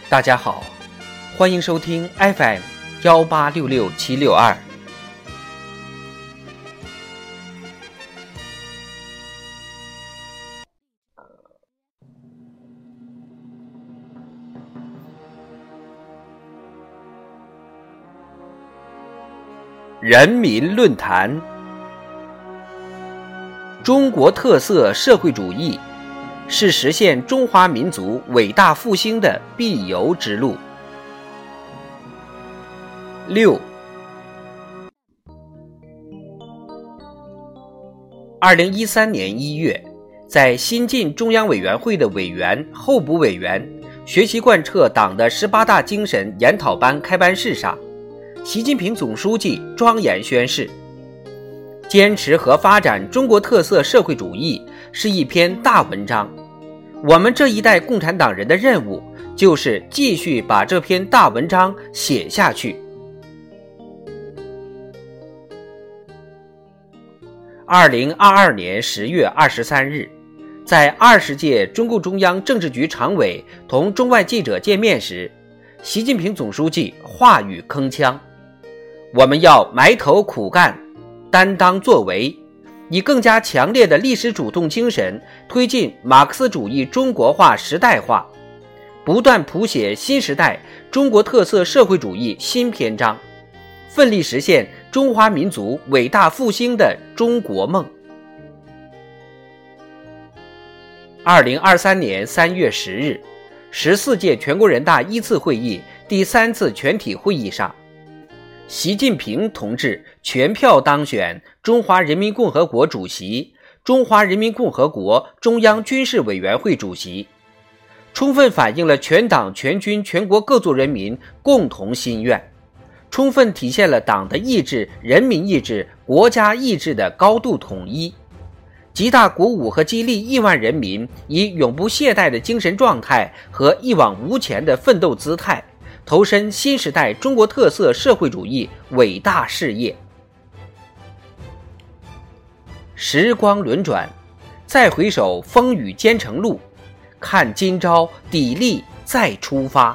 大家好，欢迎收听 FM1866762。人民论坛，中国特色社会主义是实现中华民族伟大复兴的必由之路。6 2013年1月，在新晋中央委员会的委员、候补委员学习贯彻党的18大精神研讨班开班式上，习近平总书记庄严宣誓，坚持和发展中国特色社会主义是一篇大文章，我们这一代共产党人的任务就是继续把这篇大文章写下去。2022年10月23日，在20届中共中央政治局常委同中外记者见面时，习近平总书记话语铿锵，我们要埋头苦干，担当作为，以更加强烈的历史主动精神推进马克思主义中国化时代化，不断谱写新时代中国特色社会主义新篇章，奋力实现中华民族伟大复兴的中国梦。2023年3月10日，14届全国人大一次会议第3次全体会议上，习近平同志全票当选中华人民共和国主席、中华人民共和国中央军事委员会主席，充分反映了全党全军全国各族人民共同心愿，充分体现了党的意志、人民意志、国家意志的高度统一，极大鼓舞和激励亿万人民以永不懈怠的精神状态和一往无前的奋斗姿态投身新时代中国特色社会主义伟大事业。时光轮转，再回首风雨兼程路，看今朝砥砺再出发。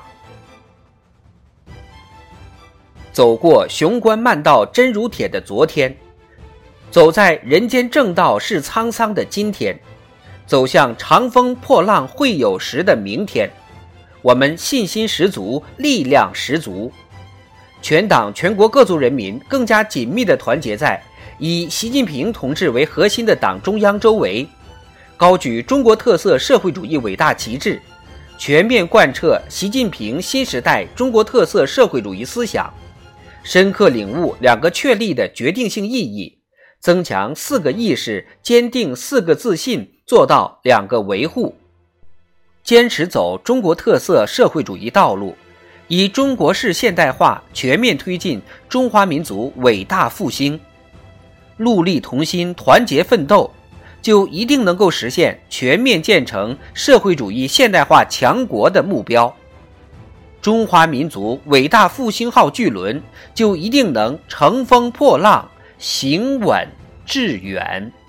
走过雄关漫道真如铁的昨天，走在人间正道是沧桑的今天，走向长风破浪会有时的明天，我们信心十足，力量十足。全党全国各族人民更加紧密地团结在以习近平同志为核心的党中央周围，高举中国特色社会主义伟大旗帜，全面贯彻习近平新时代中国特色社会主义思想，深刻领悟2个确立的决定性意义，增强4个意识，坚定4个自信，做到2个维护，坚持走中国特色社会主义道路，以中国式现代化全面推进中华民族伟大复兴，戮力同心，团结奋斗，就一定能够实现全面建成社会主义现代化强国的目标，中华民族伟大复兴号巨轮就一定能乘风破浪，行稳致远。